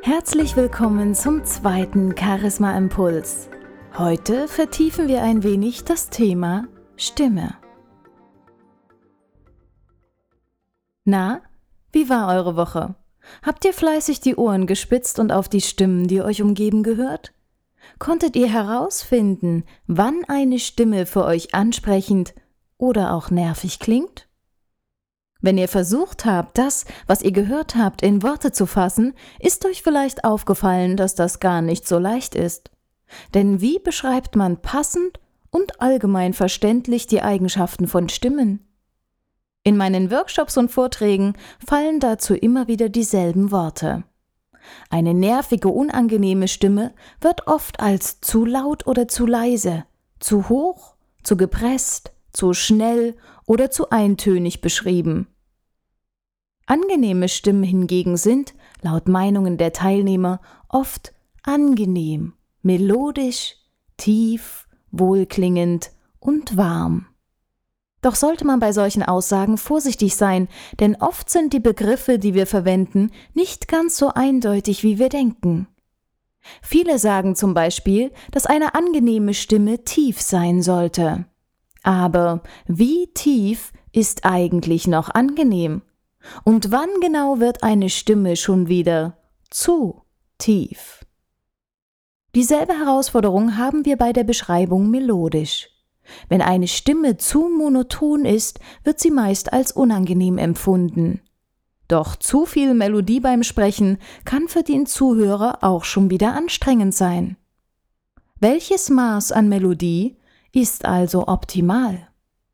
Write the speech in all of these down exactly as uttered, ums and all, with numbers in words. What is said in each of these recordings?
Herzlich willkommen zum zweiten Charisma-Impuls. Heute vertiefen wir ein wenig das Thema Stimme. Na, wie war eure Woche? Habt ihr fleißig die Ohren gespitzt und auf die Stimmen, die euch umgeben, gehört? Konntet ihr herausfinden, wann eine Stimme für euch ansprechend oder auch nervig klingt? Wenn ihr versucht habt, das, was ihr gehört habt, in Worte zu fassen, ist euch vielleicht aufgefallen, dass das gar nicht so leicht ist. Denn wie beschreibt man passend und allgemein verständlich die Eigenschaften von Stimmen? In meinen Workshops und Vorträgen fallen dazu immer wieder dieselben Worte. Eine nervige, unangenehme Stimme wird oft als zu laut oder zu leise, zu hoch, zu gepresst, zu schnell oder zu eintönig beschrieben. Angenehme Stimmen hingegen sind, laut Meinungen der Teilnehmer, oft angenehm, melodisch, tief, wohlklingend und warm. Doch sollte man bei solchen Aussagen vorsichtig sein, denn oft sind die Begriffe, die wir verwenden, nicht ganz so eindeutig, wie wir denken. Viele sagen zum Beispiel, dass eine angenehme Stimme tief sein sollte. Aber wie tief ist eigentlich noch angenehm? Und wann genau wird eine Stimme schon wieder zu tief? Dieselbe Herausforderung haben wir bei der Beschreibung melodisch. Wenn eine Stimme zu monoton ist, wird sie meist als unangenehm empfunden. Doch zu viel Melodie beim Sprechen kann für den Zuhörer auch schon wieder anstrengend sein. Welches Maß an Melodie ist also optimal?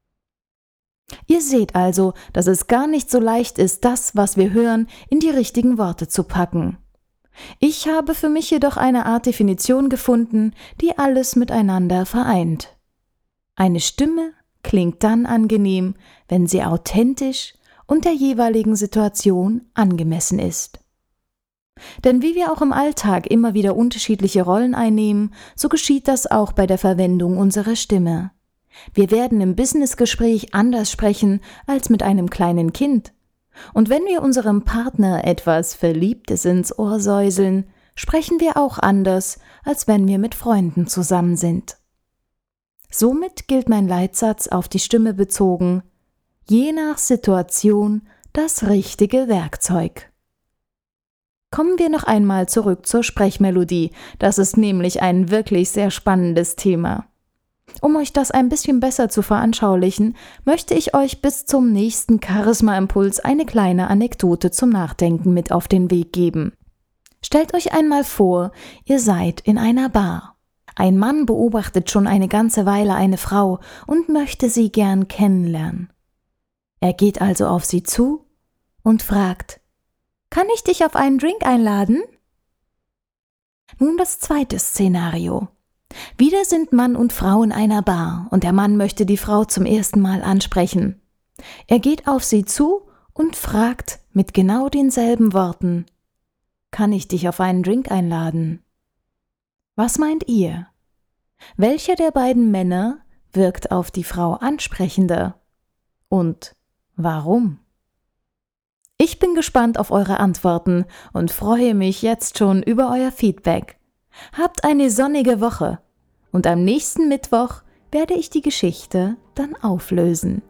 Ihr seht also, dass es gar nicht so leicht ist, das, was wir hören, in die richtigen Worte zu packen. Ich habe für mich jedoch eine Art Definition gefunden, die alles miteinander vereint. Eine Stimme klingt dann angenehm, wenn sie authentisch und der jeweiligen Situation angemessen ist. Denn wie wir auch im Alltag immer wieder unterschiedliche Rollen einnehmen, so geschieht das auch bei der Verwendung unserer Stimme. Wir werden im Businessgespräch anders sprechen als mit einem kleinen Kind. Und wenn wir unserem Partner etwas Verliebtes ins Ohr säuseln, sprechen wir auch anders, als wenn wir mit Freunden zusammen sind. Somit gilt mein Leitsatz auf die Stimme bezogen: je nach Situation das richtige Werkzeug. Kommen wir noch einmal zurück zur Sprechmelodie. Das ist nämlich ein wirklich sehr spannendes Thema. Um euch das ein bisschen besser zu veranschaulichen, möchte ich euch bis zum nächsten Charisma-Impuls eine kleine Anekdote zum Nachdenken mit auf den Weg geben. Stellt euch einmal vor, ihr seid in einer Bar. Ein Mann beobachtet schon eine ganze Weile eine Frau und möchte sie gern kennenlernen. Er geht also auf sie zu und fragt: »Kann ich dich auf einen Drink einladen?« Nun das zweite Szenario. Wieder sind Mann und Frau in einer Bar und der Mann möchte die Frau zum ersten Mal ansprechen. Er geht auf sie zu und fragt mit genau denselben Worten: »Kann ich dich auf einen Drink einladen?« Was meint ihr? Welcher der beiden Männer wirkt auf die Frau ansprechender? Und warum? Ich bin gespannt auf eure Antworten und freue mich jetzt schon über euer Feedback. Habt eine sonnige Woche und am nächsten Mittwoch werde ich die Geschichte dann auflösen.